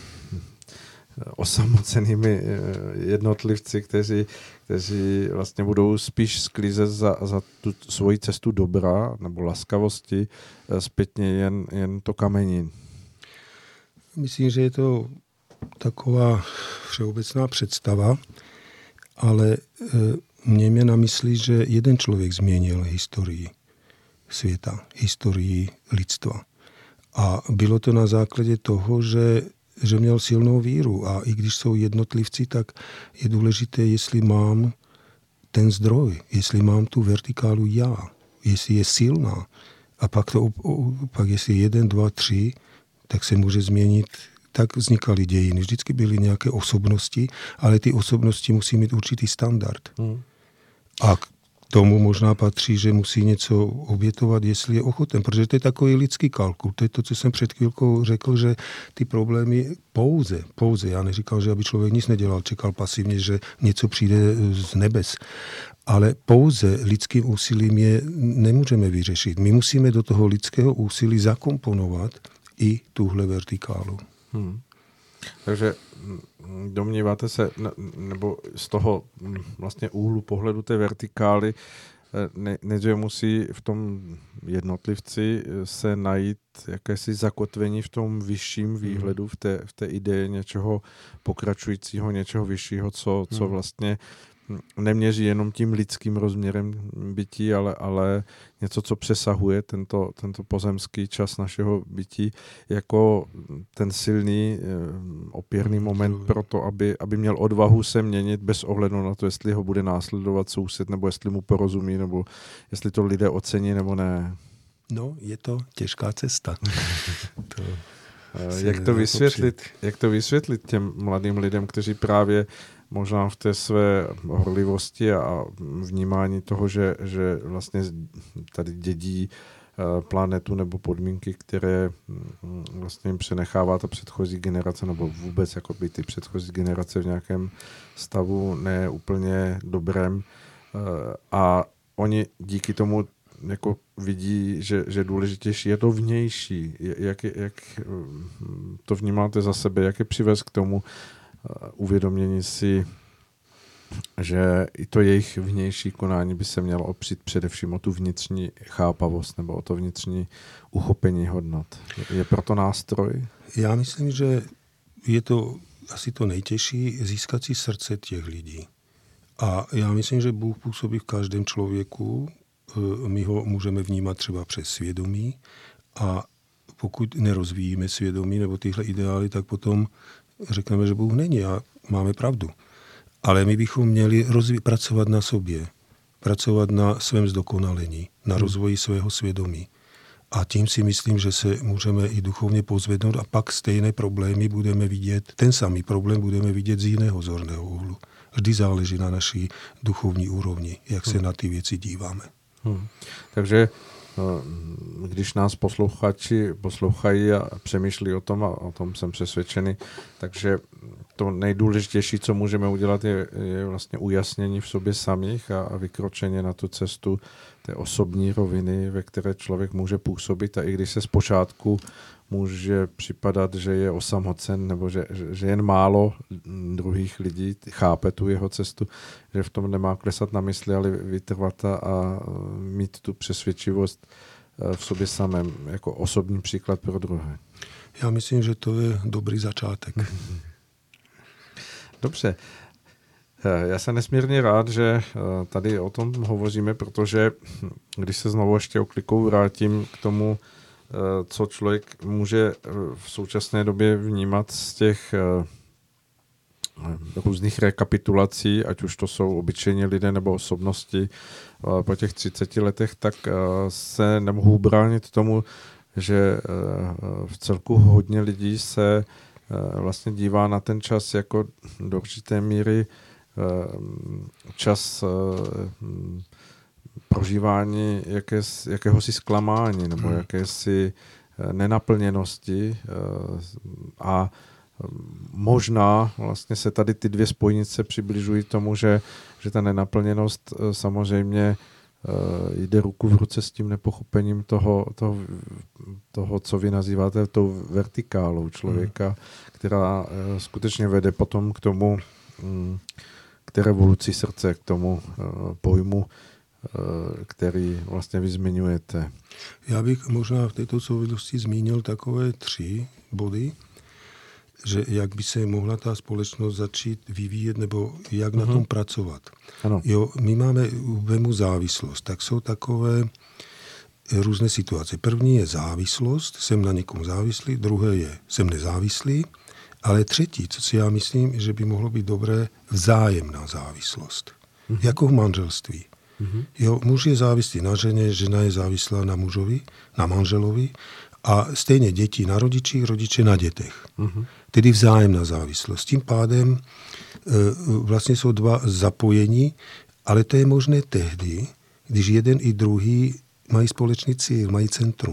osamocenými jednotlivci, kteří vlastně budou spíš sklízet za tu svoji cestu dobra nebo laskavosti zpětně jen to kamení. Myslím, že je to taková všeobecná představa, ale mějme na mysli, že jeden člověk změnil historii světa, historii lidstva. A bylo to na základě toho, že měl silnou víru. A i když jsou jednotlivci, tak je důležité, jestli mám ten zdroj, jestli mám tu vertikálu já, jestli je silná. A pak jestli 1, 2, 3, tak se může změnit. Tak vznikaly dějiny. Vždycky byly nějaké osobnosti, ale ty osobnosti musí mít určitý standard. A k tomu možná patří, že musí něco obětovat, jestli je ochoten, protože to je takový lidský kalkul. To je to, co jsem před chvílkou řekl, že ty problémy pouze, já neříkal, že aby člověk nic nedělal, čekal pasivně, že něco přijde z nebes, ale pouze lidským úsilím je nemůžeme vyřešit. My musíme do toho lidského úsilí zakomponovat i tuhle vertikálu. Takže domníváte se, nebo z toho vlastně úhlu pohledu té vertikály, nejdříve musí v tom jednotlivci se najít jakési zakotvení v tom vyšším výhledu, v té ideji něčeho pokračujícího, něčeho vyššího, co vlastně neměří jenom tím lidským rozměrem bytí, ale něco, co přesahuje tento pozemský čas našeho bytí, jako ten silný opěrný moment pro to, aby měl odvahu se měnit bez ohledu na to, jestli ho bude následovat soused, nebo jestli mu porozumí, nebo jestli to lidé ocení, nebo ne. No, je to těžká cesta. Jak to vysvětlit těm mladým lidem, kteří právě možná v té své horlivosti a vnímání toho, že vlastně tady dědí planetu nebo podmínky, které vlastně jim přenechává ta předchozí generace, nebo vůbec jakoby ty předchozí generace v nějakém stavu ne úplně dobrém. A oni díky tomu jako vidí, že důležitější je to vnější. Jak to vnímáte za sebe? Jak je přivést k tomu uvědomění si, že i to jejich vnější konání by se mělo opřít především o tu vnitřní chápavost nebo o to vnitřní uchopení hodnot. Je proto nástroj? Já myslím, že je to asi to nejtěžší získat si srdce těch lidí. A já myslím, že Bůh působí v každém člověku. My ho můžeme vnímat třeba přes svědomí a pokud nerozvíjíme svědomí nebo tyhle ideály, tak potom řekneme, že Bůh není a máme pravdu. Ale my bychom měli pracovat na sobě, pracovat na svém zdokonalení, na rozvoji svého svědomí. A tím si myslím, že se můžeme i duchovně pozvednout a pak stejné problémy budeme vidět, ten samý problém budeme vidět z jiného zorného úhlu. Vždy záleží na naší duchovní úrovni, jak se na ty věci díváme. Takže když nás posluchači poslouchají a přemýšlí o tom, a o tom jsem přesvědčený, takže to nejdůležitější, co můžeme udělat, je vlastně ujasnění v sobě samých a vykročení na tu cestu té osobní roviny, ve které člověk může působit. A i když se zpočátku může připadat, že je osamocen, nebo že jen málo druhých lidí chápe tu jeho cestu, že v tom nemá klesat na mysli, ale vytrvat a mít tu přesvědčivost v sobě samém, jako osobní příklad pro druhé. Já myslím, že to je dobrý začátek. Dobře. Já jsem nesmírně rád, že tady o tom hovoříme, protože když se znovu ještě oklikou vrátím k tomu, co člověk může v současné době vnímat z těch různých rekapitulací, ať už to jsou obyčejní lidé nebo osobnosti po těch 30 letech, tak se nemohu bránit tomu, že v celku hodně lidí se vlastně dívá na ten čas jako do určité míry čas prožívání jakéhosi zklamání nebo jakési nenaplněnosti a možná vlastně se tady ty dvě spojnice přibližují tomu, že ta nenaplněnost samozřejmě jde ruku v ruce s tím nepochopením toho, co vy nazýváte tou vertikálou člověka, která skutečně vede potom k tomu, k revoluci srdce, k tomu pojmu, který vlastně vy zmiňujete. Já bych možná v této souvislosti zmínil takové 3 body, že jak by se mohla ta společnost začít vyvíjet nebo jak na tom pracovat. Ano. Jo, my máme vemu závislost, tak jsou takové různé situace. První je závislost, jsem na někom závislý, druhé je jsem nezávislý, ale třetí, co si já myslím, že by mohlo být dobré, vzájemná závislost. Jako v manželství. Jo, muž je závislý na ženě, žena je závislá na mužovi, na manželovi a stejně děti na rodičích, rodiče na dětech. Tedy vzájemná závislost. Tím pádem vlastně jsou 2 zapojení, ale to je možné tehdy, když jeden i druhý mají společný cíl, mají centrum.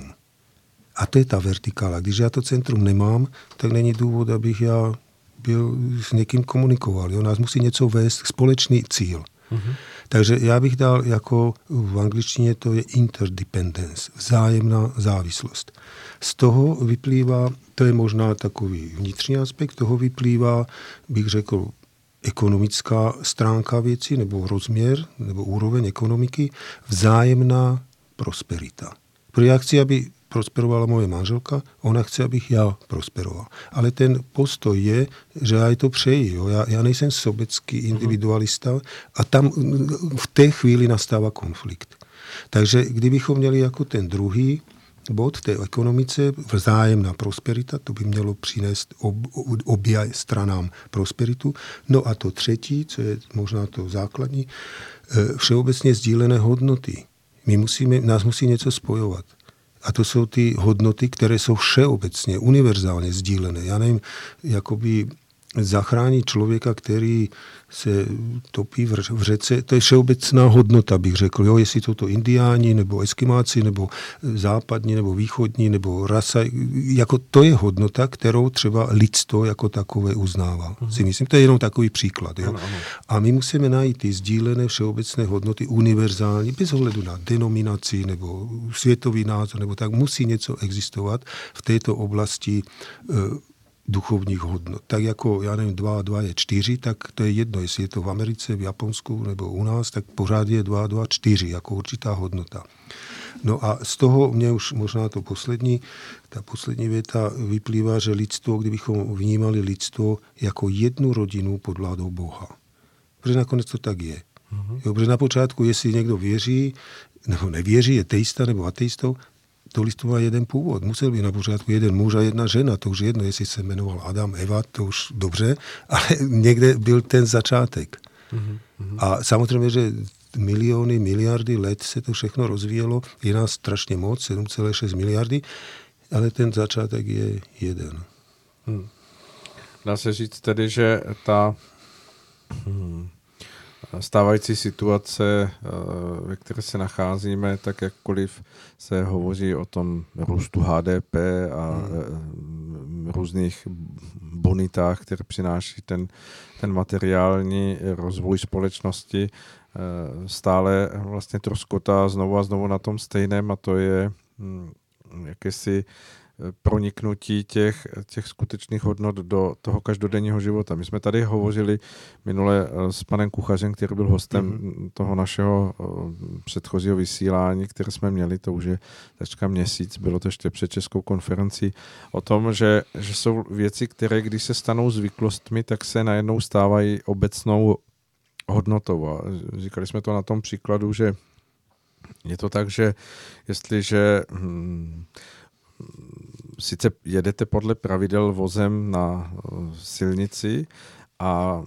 A to je ta vertikála. Když já to centrum nemám, tak není důvod, abych já byl s někým komunikoval. Jo? Nás musí něco vést, společný cíl. Takže já bych dal jako v angličtině to je interdependence, vzájemná závislost. Z toho vyplývá, to je možná takový vnitřní aspekt, z toho vyplývá, bych řekl, ekonomická stránka věci, nebo rozměr, nebo úroveň ekonomiky, vzájemná prosperita. Protože já chci, aby prosperovala moje manželka, ona chce, abych já prosperoval. Ale ten postoj je, že já je to přeji. Jo? Já nejsem sobecký individualista a tam v té chvíli nastává konflikt. Takže kdybychom měli jako ten druhý bod té ekonomice, vzájemná prosperita, to by mělo přinést obě stranám prosperitu. No a to třetí, co je možná to základní, všeobecně sdílené hodnoty. Nás musí něco spojovat. A to jsou ty hodnoty, které jsou všeobecně, univerzálně sdílené. Já nevím, jakoby zachránit člověka, který se topí v řece, to je všeobecná hodnota, bych řekl. Jo, jestli to indiáni, nebo eskimáci, nebo západní, nebo východní, nebo rasa, jako to je hodnota, kterou třeba lidstvo jako takové uznává. Si myslím, to je jenom takový příklad. Jo? Ano. A my musíme najít ty sdílené všeobecné hodnoty univerzální, bez ohledu na denominaci, nebo světový názor, nebo tak musí něco existovat v této oblasti duchovních hodnot. Tak jako, já nevím, 2 a 2 je 4, tak to je jedno, jestli je to v Americe, v Japonsku nebo u nás, tak pořád je 2 a 2, 4 jako určitá hodnota. No a z toho mě už možná ta poslední věta vyplývá, že lidstvo, kdybychom vnímali lidstvo jako jednu rodinu pod vládou Boha. Protože nakonec to tak je. Jo, protože na počátku, jestli někdo věří, nebo nevěří, je teista nebo ateistou, to lidstvo má jeden původ. Musel být na pořádku jeden muž a jedna žena. To už jedno, jestli se jmenoval Adam, Eva, to už dobře, ale někde byl ten začátek. A samozřejmě, že miliony, miliardy let se to všechno rozvíjelo. Je nás strašně moc, 7,6 miliardy, ale ten začátek je jeden. Dá se říct tedy, že ta stávající situace, ve které se nacházíme, tak jakkoliv se hovoří o tom růstu HDP a různých bonitách, které přináší ten materiální rozvoj společnosti, stále vlastně troskotá znovu a znovu na tom stejném, a to je jakési proniknutí těch skutečných hodnot do toho každodenního života. My jsme tady hovořili minule s panem Kuchařem, který byl hostem toho našeho předchozího vysílání, které jsme měli, to už je takřka měsíc, bylo to ještě před Českou konferencí, o tom, že jsou věci, které když se stanou zvyklostmi, tak se najednou stávají obecnou hodnotou. A říkali jsme to na tom příkladu, že je to tak, že jestliže sice jedete podle pravidel vozem na silnici a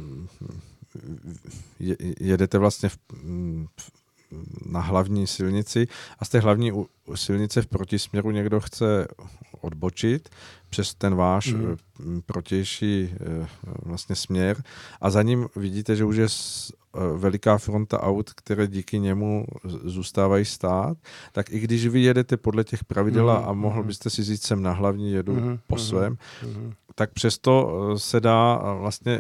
jedete vlastně na hlavní silnici a z té hlavní silnice v protisměru někdo chce odbočit přes ten váš protější vlastně směr a za ním vidíte, že už je veliká fronta aut, které díky němu zůstávají stát, tak i když vy jedete podle těch pravidel a mohl byste si říct, jsem na hlavní, jedu po svém, tak přesto se dá vlastně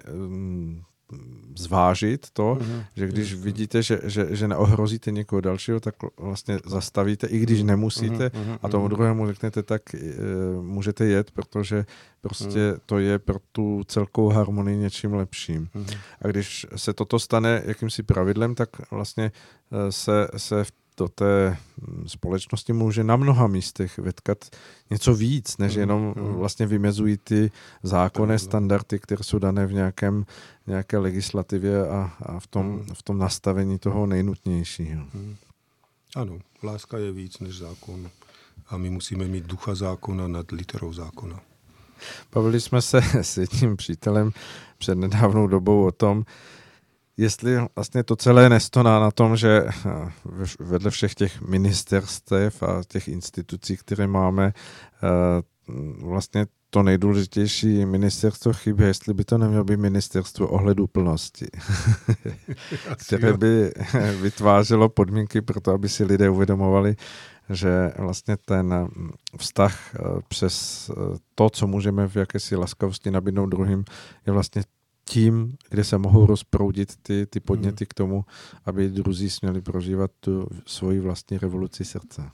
zvážit to, že když vidíte, že neohrozíte někoho dalšího, tak vlastně zastavíte, i když nemusíte a tomu druhému řeknete, tak můžete jet, protože prostě to je pro tu celkovou harmonii něčím lepším. A když se toto stane jakýmsi pravidlem, tak vlastně se do té společnosti může na mnoha místech vetkat něco víc, než jenom vlastně vymezují ty zákonné standardy, které jsou dané v nějaké legislativě a v tom nastavení toho nejnutnějšího. Ano, láska je víc než zákon a my musíme mít ducha zákona nad literou zákona. Bavili jsme se s jedním přítelem před nedávnou dobou o tom, jestli vlastně to celé nestoná na tom, že vedle všech těch ministerstev a těch institucí, které máme, vlastně to nejdůležitější ministerstvo chybí, jestli by to nemělo být ministerstvo ohleduplnosti, které by vytvářelo podmínky pro to, aby si lidé uvědomovali, že vlastně ten vztah přes to, co můžeme v jakési laskavosti nabídnout druhým, je vlastně tím, kde se mohou rozproudit ty podněty k tomu, aby druzí směli prožívat tu svoji vlastní revoluci srdce.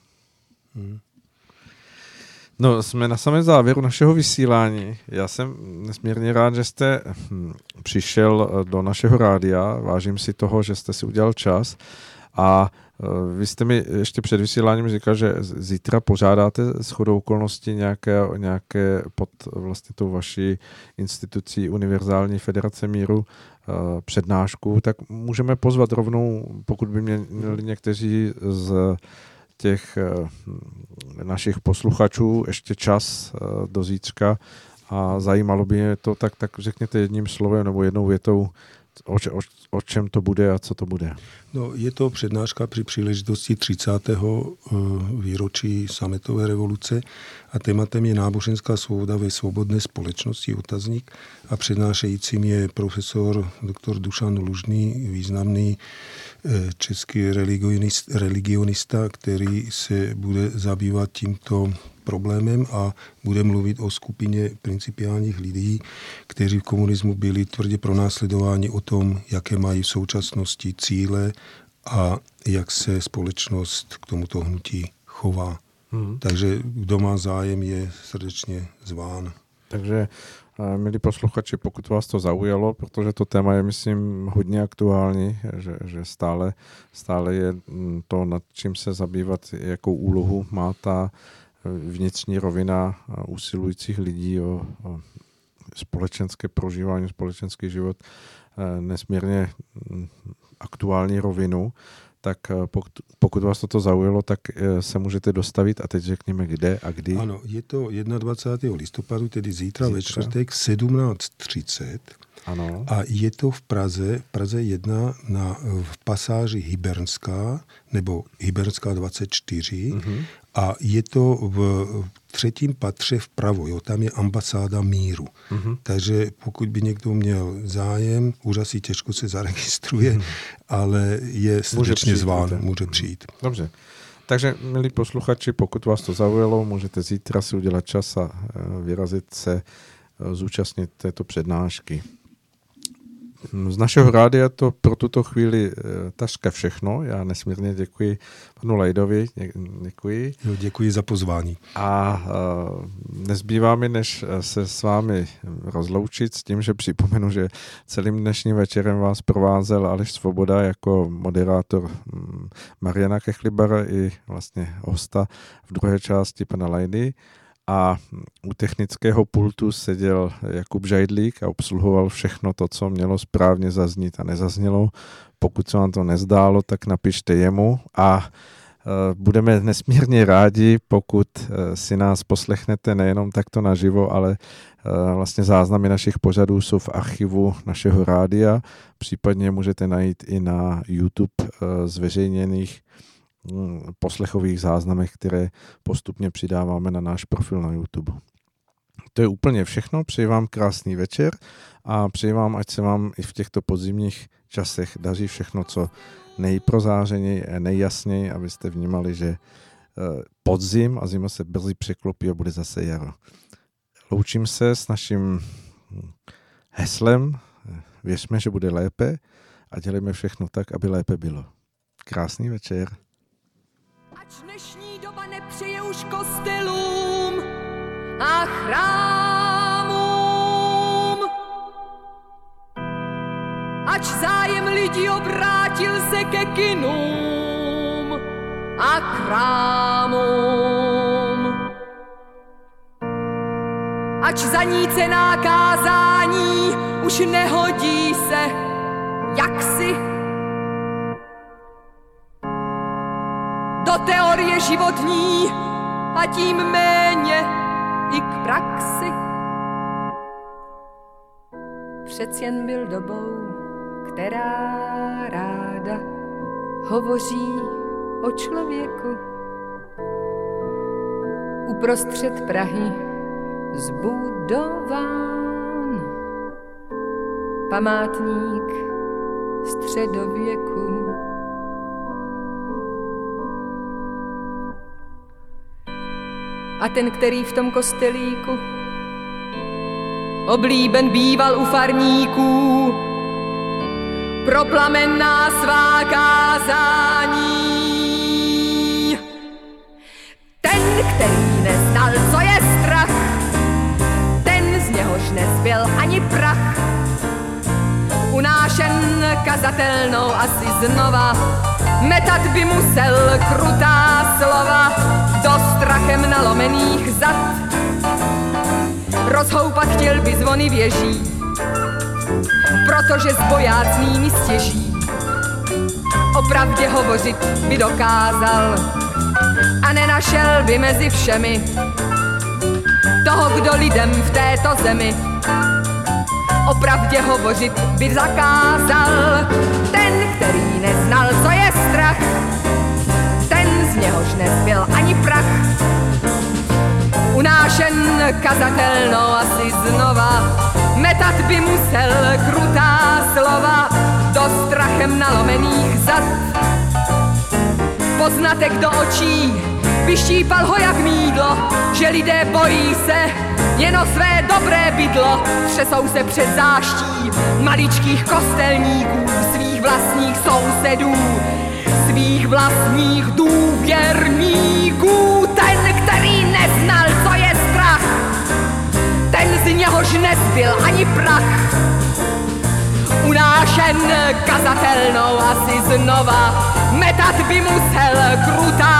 No, jsme na samém závěru našeho vysílání. Já jsem nesmírně rád, že jste přišel do našeho rádia. Vážím si toho, že jste si udělal čas. A vy jste mi ještě před vysíláním říkal, že zítra pořádáte shodou okolností nějaké pod vlastně tou vaší institucí Univerzální federace míru přednášku, tak můžeme pozvat rovnou, pokud by měli někteří z těch našich posluchačů ještě čas do zítřka a zajímalo by mě to, tak řekněte jedním slovem nebo jednou větou, o čem to bude a co to bude. No, je to přednáška při příležitosti 30. výročí sametové revoluce a tématem je náboženská svoboda ve svobodné společnosti, otazník, a přednášejícím je profesor dr. Dušan Lužný, významný český religionista, který se bude zabývat tímto problémem a bude mluvit o skupině principiálních lidí, kteří v komunismu byli tvrdě pronásledováni, o tom, jaké mají v současnosti cíle a jak se společnost k tomuto hnutí chová. Takže kdo má zájem, je srdečně zván. Takže, milí posluchači, pokud vás to zaujalo, protože to téma je, myslím, hodně aktuální, že stále je to, nad čím se zabývat, jakou úlohu má ta vnitřní rovina usilujících lidí o společenské prožívání, společenský život, nesmírně aktuální rovinu, tak pokud vás toto zaujalo, tak se můžete dostavit a teď řekněme kde a kdy. Ano, je to 21. listopadu, tedy zítra ve čtvrtek 17:30. Ano. A je to v Praze 1 v pasáži Hybernská, nebo Hybernská 24. A je to v 3. patře vpravo, jo, tam je ambasáda míru. Takže pokud by někdo měl zájem, už asi těžko se zaregistruje, ale je srdečně zván, může přijít. Dobře. Takže, milí posluchači, pokud vás to zaujalo, můžete zítra si udělat čas a vyrazit se, zúčastnit této přednášky. Z našeho rádia to pro tuto chvíli takřka všechno. Já nesmírně děkuji panu Lajdovi. Děkuji. Jo, děkuji za pozvání. A nezbývá mi, než se s vámi rozloučit s tím, že připomenu, že celým dnešním večerem vás provázel Aleš Svoboda jako moderátor Mariana Kechlibara i vlastně hosta v druhé části pana Lajdy. A u technického pultu seděl Jakub Žajdlík a obsluhoval všechno to, co mělo správně zaznít a nezaznělo. Pokud se vám to nezdálo, tak napište jemu a budeme nesmírně rádi, pokud si nás poslechnete nejenom takto naživo, ale vlastně záznamy našich pořadů jsou v archivu našeho rádia. Případně můžete najít i na YouTube zveřejněných poslechových záznamech, které postupně přidáváme na náš profil na YouTube. To je úplně všechno, přeji vám krásný večer a přeji vám, ať se vám i v těchto podzimních časech daří všechno, co nejprozářeněji a nejjasněji, abyste vnímali, že podzim a zima se brzy překlopí a bude zase jaro. Loučím se s naším heslem, věřme, že bude lépe a dělejme všechno tak, aby lépe bylo. Krásný večer. Ač dnešní doba nepřeje už kostelům a chrámům, ač zájem lidí obrátil se ke kinům a krámům, ač zanícená kázání už nehodí se jaksi do teorie životní a tím méně i k praxi. Přec jen byl dobou, která ráda hovoří o člověku. Uprostřed Prahy zbudován památník středověku. A ten, který v tom kostelíku oblíben býval u farníků pro plamenná svá kázání. Ten, který neznal, co je strach, ten, z něhož nezbyl ani prach, unášen kazatelnou asi znova, metat by musel krutá slova do strachem nalomených zad. Rozhoupat chtěl by zvony věží, protože s bojácnými stěží opravdě hovořit by dokázal a nenašel by mezi všemi toho, kdo lidem v této zemi opravdě hovořit by zakázal. Ten, který neznal, co je strach, ten, z něhož nezbyl ani prach, unášen kazatelnou asi znova, metat by musel krutá slova do strachem nalomených zad. Poznatek do očí vyštípal ho jak mýdlo, že lidé bojí se jen o své dobré bydlo. Třesou se před záští maličkých kostelníků, svých vlastních sousedů, svých vlastních důvěrníků. Ten, který neznal, co je strach, ten, z něhož nezbyl ani prach, unášen kazatelnou asi znova, metat by musel krutá